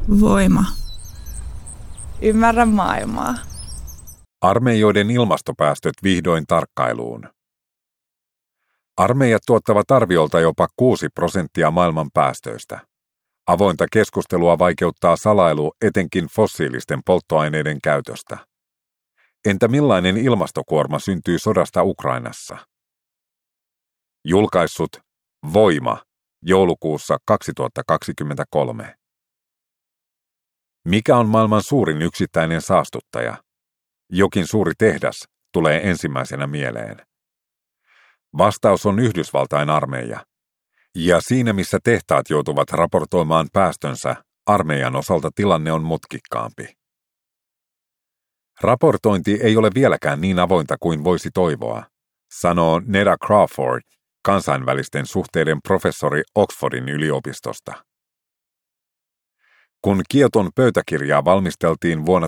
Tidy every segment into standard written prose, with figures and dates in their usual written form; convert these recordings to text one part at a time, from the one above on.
Voima. Ymmärrä maailmaa. Armeijoiden ilmastopäästöt vihdoin tarkkailuun. Armeijat tuottavat arviolta jopa 6% maailman päästöistä. Avointa keskustelua vaikeuttaa salailu etenkin fossiilisten polttoaineiden käytöstä. Entä millainen ilmastokuorma syntyy sodasta Ukrainassa? Julkaissut Voima joulukuussa 2023. Mikä on maailman suurin yksittäinen saastuttaja? Jokin suuri tehdas tulee ensimmäisenä mieleen. Vastaus on Yhdysvaltain armeija. Ja siinä missä tehtaat joutuvat raportoimaan päästönsä, armeijan osalta tilanne on mutkikkaampi. Raportointi ei ole vieläkään niin avointa kuin voisi toivoa, sanoo Neda Crawford, kansainvälisten suhteiden professori Oxfordin yliopistosta. Kun Kioton pöytäkirjaa valmisteltiin vuonna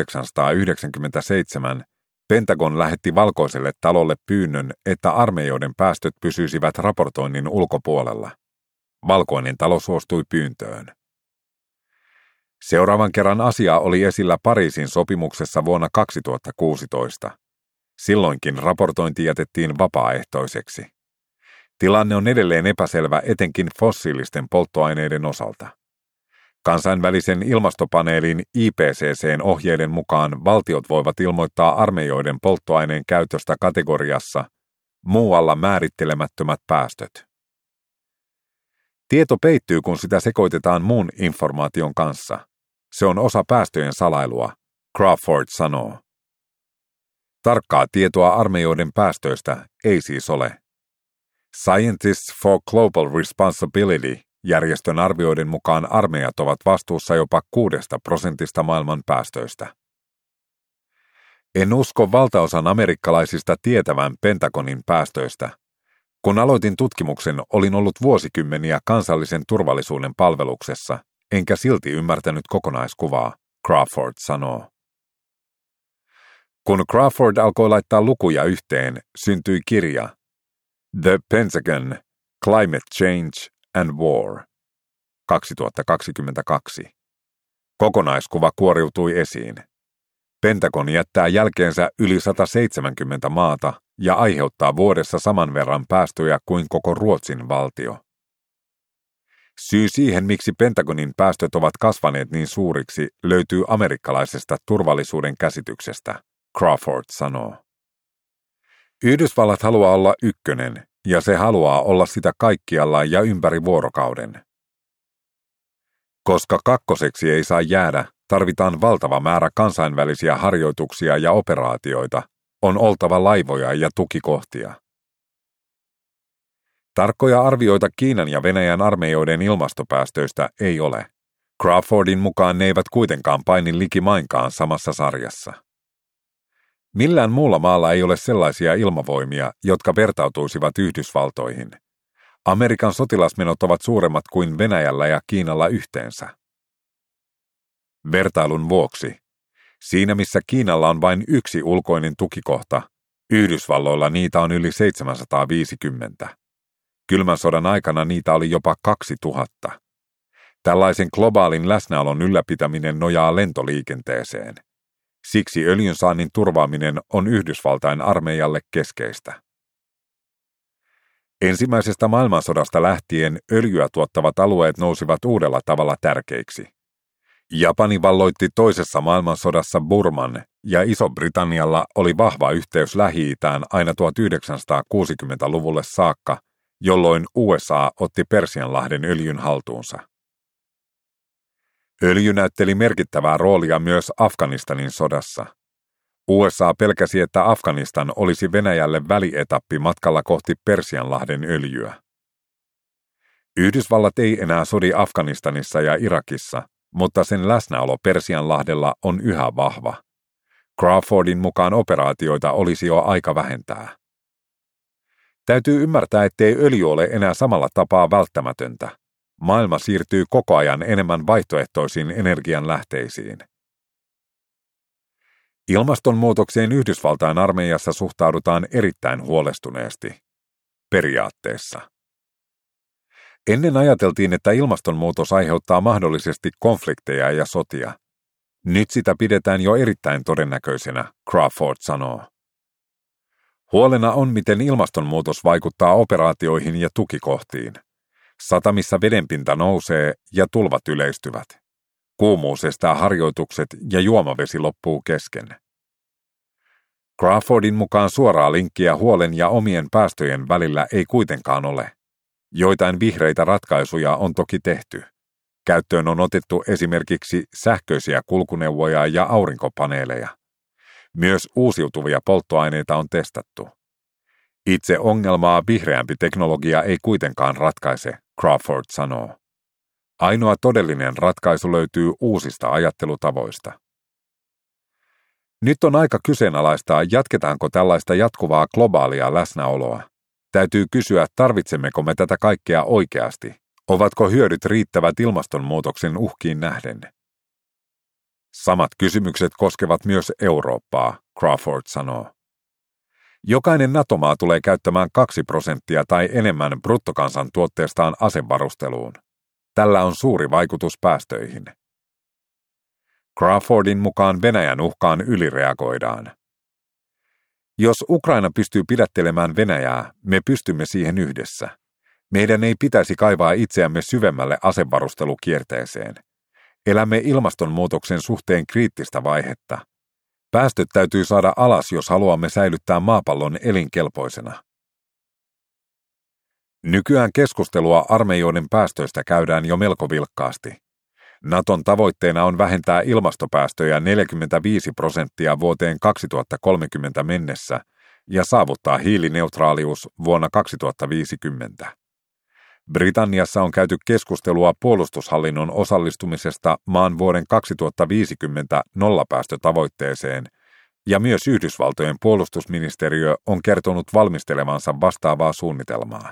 1997, Pentagon lähetti Valkoiselle talolle pyynnön, että armeijoiden päästöt pysyisivät raportoinnin ulkopuolella. Valkoinen talo suostui pyyntöön. Seuraavan kerran asia oli esillä Pariisin sopimuksessa vuonna 2016. Silloinkin raportointi jätettiin vapaaehtoiseksi. Tilanne on edelleen epäselvä etenkin fossiilisten polttoaineiden osalta. Kansainvälisen ilmastopaneelin IPCC:n ohjeiden mukaan valtiot voivat ilmoittaa armeijoiden polttoaineen käytöstä kategoriassa muualla määrittelemättömät päästöt. Tieto peittyy, kun sitä sekoitetaan muun informaation kanssa. Se on osa päästöjen salailua, Crawford sanoo. Tarkkaa tietoa armeijoiden päästöistä ei siis ole. Scientists for Global Responsibility järjestön arvioiden mukaan armeijat ovat vastuussa jopa 6% maailman päästöistä. En usko valtaosan amerikkalaisista tietävän Pentagonin päästöistä. Kun aloitin tutkimuksen, olin ollut vuosikymmeniä kansallisen turvallisuuden palveluksessa, enkä silti ymmärtänyt kokonaiskuvaa, Crawford sanoo. Kun Crawford alkoi laittaa lukuja yhteen, syntyi kirja The Pentagon, Climate Change and War, 2022. Kokonaiskuva kuoriutui esiin. Pentagon jättää jälkeensä yli 170 maata ja aiheuttaa vuodessa saman verran päästöjä kuin koko Ruotsin valtio. Syy siihen, miksi Pentagonin päästöt ovat kasvaneet niin suuriksi, löytyy amerikkalaisesta turvallisuuden käsityksestä, Crawford sanoo. Yhdysvallat haluaa olla ykkönen, ja se haluaa olla sitä kaikkialla ja ympäri vuorokauden. Koska kakkoseksi ei saa jäädä, tarvitaan valtava määrä kansainvälisiä harjoituksia ja operaatioita, on oltava laivoja ja tukikohtia. Tarkkoja arvioita Kiinan ja Venäjän armeijoiden ilmastopäästöistä ei ole. Crawfordin mukaan ne eivät kuitenkaan paini likimainkaan samassa sarjassa. Millään muulla maalla ei ole sellaisia ilmavoimia, jotka vertautuisivat Yhdysvaltoihin. Amerikan sotilasmenot ovat suuremmat kuin Venäjällä ja Kiinalla yhteensä. Vertailun vuoksi, siinä missä Kiinalla on vain yksi ulkoinen tukikohta, Yhdysvalloilla niitä on yli 750. Kylmän sodan aikana niitä oli jopa 2000. Tällaisen globaalin läsnäolon ylläpitäminen nojaa lentoliikenteeseen. Siksi öljynsaannin turvaaminen on Yhdysvaltain armeijalle keskeistä. Ensimmäisestä maailmansodasta lähtien öljyä tuottavat alueet nousivat uudella tavalla tärkeiksi. Japani valloitti toisessa maailmansodassa Burman ja Iso-Britannialla oli vahva yhteys Lähi-itään aina 1960-luvulle saakka, jolloin USA otti Persianlahden öljyn haltuunsa. Öljy näytteli merkittävää roolia myös Afganistanin sodassa. USA pelkäsi, että Afganistan olisi Venäjälle välietappi matkalla kohti Persianlahden öljyä. Yhdysvallat ei enää sodi Afganistanissa ja Irakissa, mutta sen läsnäolo Persianlahdella on yhä vahva. Crawfordin mukaan operaatioita olisi jo aika vähentää. Täytyy ymmärtää, ettei öljy ole enää samalla tapaa välttämätöntä. Maailma siirtyy koko ajan enemmän vaihtoehtoisiin energianlähteisiin. Ilmastonmuutokseen Yhdysvaltain armeijassa suhtaudutaan erittäin huolestuneesti. Periaatteessa. Ennen ajateltiin, että ilmastonmuutos aiheuttaa mahdollisesti konflikteja ja sotia. Nyt sitä pidetään jo erittäin todennäköisenä, Crawford sanoo. Huolena on, miten ilmastonmuutos vaikuttaa operaatioihin ja tukikohtiin. Satamissa vedenpinta nousee ja tulvat yleistyvät. Kuumuus estää harjoitukset ja juomavesi loppuu kesken. Crawfordin mukaan suoraa linkkiä huolen ja omien päästöjen välillä ei kuitenkaan ole. Joitain vihreitä ratkaisuja on toki tehty. Käyttöön on otettu esimerkiksi sähköisiä kulkuneuvoja ja aurinkopaneeleja. Myös uusiutuvia polttoaineita on testattu. Itse ongelmaa vihreämpi teknologia ei kuitenkaan ratkaise, Crawford sanoo. Ainoa todellinen ratkaisu löytyy uusista ajattelutavoista. Nyt on aika kyseenalaistaa, jatketaanko tällaista jatkuvaa globaalia läsnäoloa. Täytyy kysyä, tarvitsemmeko me tätä kaikkea oikeasti. Ovatko hyödyt riittävät ilmastonmuutoksen uhkiin nähden? Samat kysymykset koskevat myös Eurooppaa, Crawford sanoo. Jokainen NATO-maa tulee käyttämään 2% tai enemmän bruttokansantuotteestaan asevarusteluun. Tällä on suuri vaikutus päästöihin. Crawfordin mukaan Venäjän uhkaan ylireagoidaan. Jos Ukraina pystyy pidättelemään Venäjää, me pystymme siihen yhdessä. Meidän ei pitäisi kaivaa itseämme syvemmälle asevarustelukierteeseen. Elämme ilmastonmuutoksen suhteen kriittistä vaihetta. Päästöt täytyy saada alas, jos haluamme säilyttää maapallon elinkelpoisena. Nykyään keskustelua armeijoiden päästöistä käydään jo melko vilkkaasti. Naton tavoitteena on vähentää ilmastopäästöjä 45% vuoteen 2030 mennessä ja saavuttaa hiilineutraalius vuonna 2050. Britanniassa on käyty keskustelua puolustushallinnon osallistumisesta maan vuoden 2050 nollapäästötavoitteeseen, ja myös Yhdysvaltojen puolustusministeriö on kertonut valmistelevansa vastaavaa suunnitelmaa.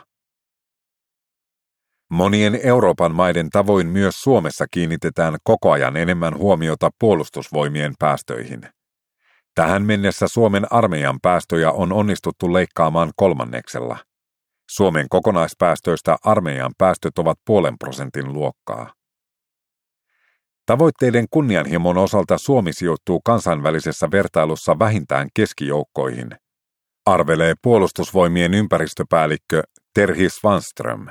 Monien Euroopan maiden tavoin myös Suomessa kiinnitetään koko ajan enemmän huomiota puolustusvoimien päästöihin. Tähän mennessä Suomen armeijan päästöjä on onnistuttu leikkaamaan 1/3. Suomen kokonaispäästöistä armeijan päästöt ovat 0,5% luokkaa. Tavoitteiden kunnianhimon osalta Suomi sijoittuu kansainvälisessä vertailussa vähintään keskijoukkoihin, arvelee puolustusvoimien ympäristöpäällikkö Terhi Svanström.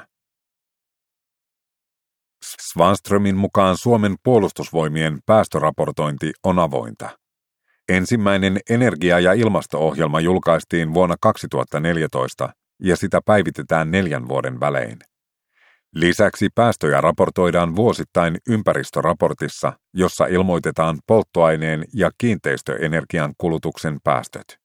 Svanströmin mukaan Suomen puolustusvoimien päästöraportointi on avointa. Ensimmäinen energia- ja ilmasto-ohjelma julkaistiin vuonna 2014 ja sitä päivitetään 4 vuoden välein. Lisäksi päästöjä raportoidaan vuosittain ympäristöraportissa, jossa ilmoitetaan polttoaineen ja kiinteistöenergian kulutuksen päästöt.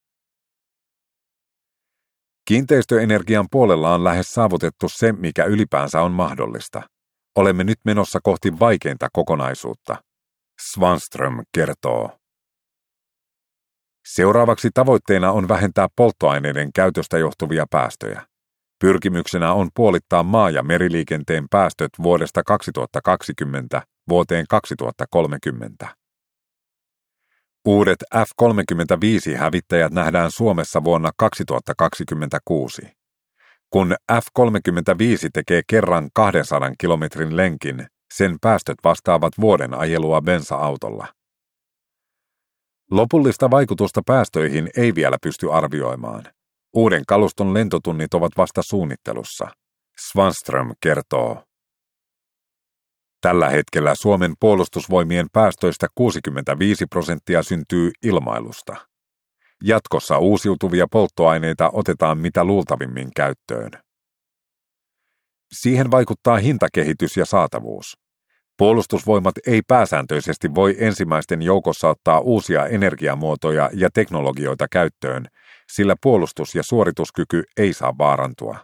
Kiinteistöenergian puolella on lähes saavutettu se, mikä ylipäänsä on mahdollista. Olemme nyt menossa kohti vaikeinta kokonaisuutta, Svanström kertoo. Seuraavaksi tavoitteena on vähentää polttoaineiden käytöstä johtuvia päästöjä. Pyrkimyksenä on puolittaa maa- ja meriliikenteen päästöt vuodesta 2020 vuoteen 2030. Uudet F-35-hävittäjät nähdään Suomessa vuonna 2026. Kun F-35 tekee kerran 200 kilometrin lenkin, sen päästöt vastaavat vuoden ajelua bensa-autolla. Lopullista vaikutusta päästöihin ei vielä pysty arvioimaan. Uuden kaluston lentotunnit ovat vasta suunnittelussa, Svanström kertoo. Tällä hetkellä Suomen puolustusvoimien päästöistä 65% syntyy ilmailusta. Jatkossa uusiutuvia polttoaineita otetaan mitä luultavimmin käyttöön. Siihen vaikuttaa hintakehitys ja saatavuus. Puolustusvoimat ei pääsääntöisesti voi ensimmäisten joukossa ottaa uusia energiamuotoja ja teknologioita käyttöön, sillä puolustus- ja suorituskyky ei saa vaarantua.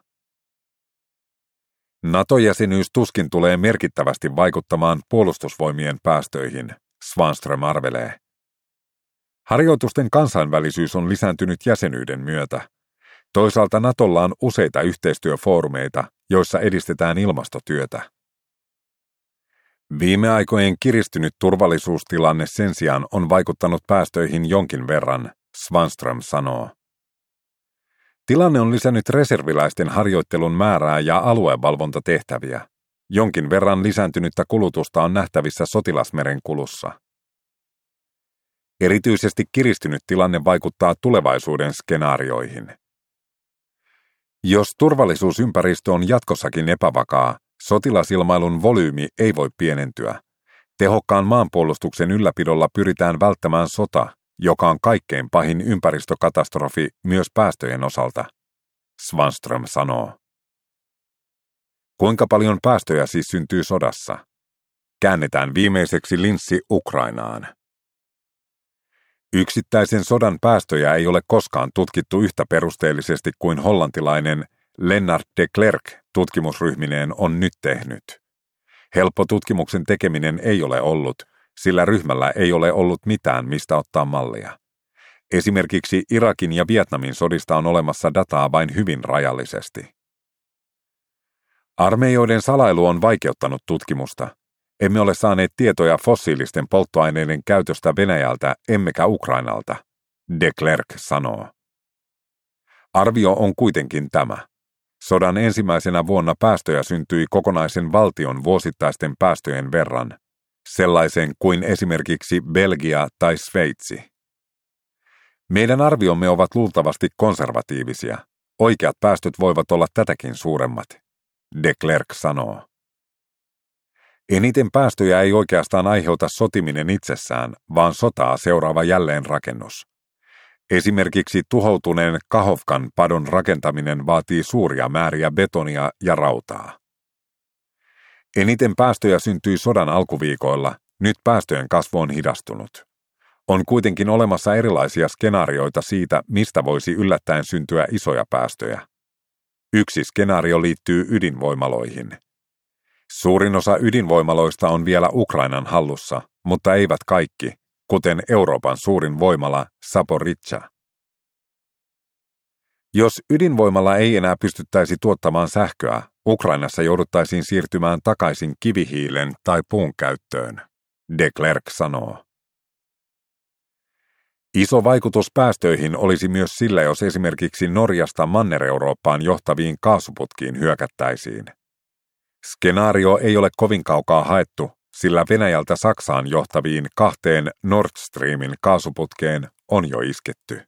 NATO-jäsenyys tuskin tulee merkittävästi vaikuttamaan puolustusvoimien päästöihin, Svanström arvelee. Harjoitusten kansainvälisyys on lisääntynyt jäsenyyden myötä. Toisaalta NATOlla on useita yhteistyöfoorumeita, joissa edistetään ilmastotyötä. Viime aikojen kiristynyt turvallisuustilanne sen sijaan on vaikuttanut päästöihin jonkin verran, Svanström sanoo. Tilanne on lisännyt reserviläisten harjoittelun määrää ja aluevalvontatehtäviä. Jonkin verran lisääntynyttä kulutusta on nähtävissä sotilasmerenkulussa. Erityisesti kiristynyt tilanne vaikuttaa tulevaisuuden skenaarioihin. Jos turvallisuusympäristö on jatkossakin epävakaa, sotilasilmailun volyymi ei voi pienentyä. Tehokkaan maanpuolustuksen ylläpidolla pyritään välttämään sota, joka on kaikkein pahin ympäristökatastrofi myös päästöjen osalta, Svanström sanoo. Kuinka paljon päästöjä siis syntyy sodassa? Käännetään viimeiseksi linssi Ukrainaan. Yksittäisen sodan päästöjä ei ole koskaan tutkittu yhtä perusteellisesti kuin hollantilainen Lennart de Klerk tutkimusryhmineen on nyt tehnyt. Helppo tutkimuksen tekeminen ei ole ollut, sillä ryhmällä ei ole ollut mitään, mistä ottaa mallia. Esimerkiksi Irakin ja Vietnamin sodista on olemassa dataa vain hyvin rajallisesti. Armeijoiden salailu on vaikeuttanut tutkimusta. Emme ole saaneet tietoja fossiilisten polttoaineiden käytöstä Venäjältä emmekä Ukrainalta, de Klerk sanoo. Arvio on kuitenkin tämä. Sodan ensimmäisenä vuonna päästöjä syntyi kokonaisen valtion vuosittaisten päästöjen verran, sellaisen kuin esimerkiksi Belgia tai Sveitsi. Meidän arviomme ovat luultavasti konservatiivisia. Oikeat päästöt voivat olla tätäkin suuremmat, de Klerk sanoo. Eniten päästöjä ei oikeastaan aiheuta sotiminen itsessään, vaan sotaa seuraava jälleenrakennus. Esimerkiksi tuhoutuneen Kahovkan padon rakentaminen vaatii suuria määriä betonia ja rautaa. Eniten päästöjä syntyi sodan alkuviikoilla, nyt päästöjen kasvu on hidastunut. On kuitenkin olemassa erilaisia skenaarioita siitä, mistä voisi yllättäen syntyä isoja päästöjä. Yksi skenaario liittyy ydinvoimaloihin. Suurin osa ydinvoimaloista on vielä Ukrainan hallussa, mutta eivät kaikki, kuten Euroopan suurin voimala Zaporizhzhia. Jos ydinvoimalla ei enää pystyttäisi tuottamaan sähköä, Ukrainassa jouduttaisiin siirtymään takaisin kivihiilen tai puun käyttöön, de Klerk sanoo. Iso vaikutus päästöihin olisi myös sillä, jos esimerkiksi Norjasta Manner-Eurooppaan johtaviin kaasuputkiin hyökättäisiin. Skenaario ei ole kovin kaukaa haettu, sillä Venäjältä Saksaan johtaviin 2 Nord Streamin kaasuputkeen on jo isketty.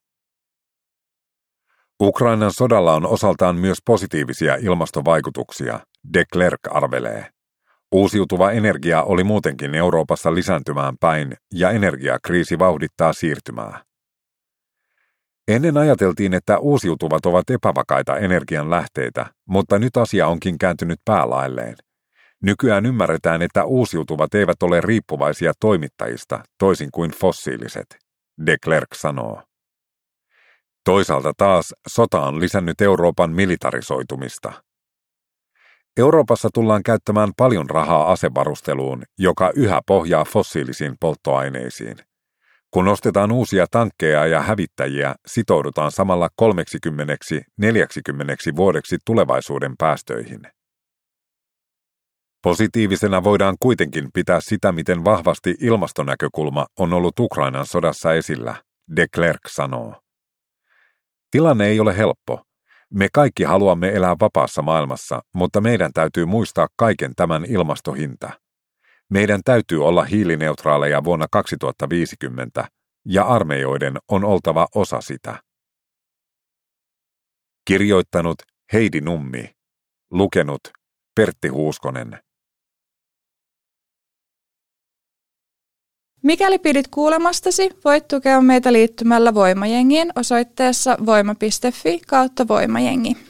Ukrainan sodalla on osaltaan myös positiivisia ilmastovaikutuksia, de Klerk arvelee. Uusiutuva energia oli muutenkin Euroopassa lisääntymään päin ja energiakriisi vauhdittaa siirtymää. Ennen ajateltiin, että uusiutuvat ovat epävakaita energianlähteitä, mutta nyt asia onkin kääntynyt päälailleen. Nykyään ymmärretään, että uusiutuvat eivät ole riippuvaisia toimittajista, toisin kuin fossiiliset, de Klerk sanoo. Toisaalta taas sota on lisännyt Euroopan militarisoitumista. Euroopassa tullaan käyttämään paljon rahaa asevarusteluun, joka yhä pohjaa fossiilisiin polttoaineisiin. Kun ostetaan uusia tankkeja ja hävittäjiä, sitoudutaan samalla 30–40 vuodeksi tulevaisuuden päästöihin. Positiivisena voidaan kuitenkin pitää sitä, miten vahvasti ilmastonäkökulma on ollut Ukrainan sodassa esillä, de Klerk sanoo. Tilanne ei ole helppo. Me kaikki haluamme elää vapaassa maailmassa, mutta meidän täytyy muistaa kaiken tämän ilmastohinta. Meidän täytyy olla hiilineutraaleja vuonna 2050, ja armeijoiden on oltava osa sitä. Kirjoittanut Heidi Nummi. Lukenut Pertti Huuskonen. Mikäli pidit kuulemastasi, voit tukea meitä liittymällä Voimajengiin osoitteessa voima.fi/voimajengi.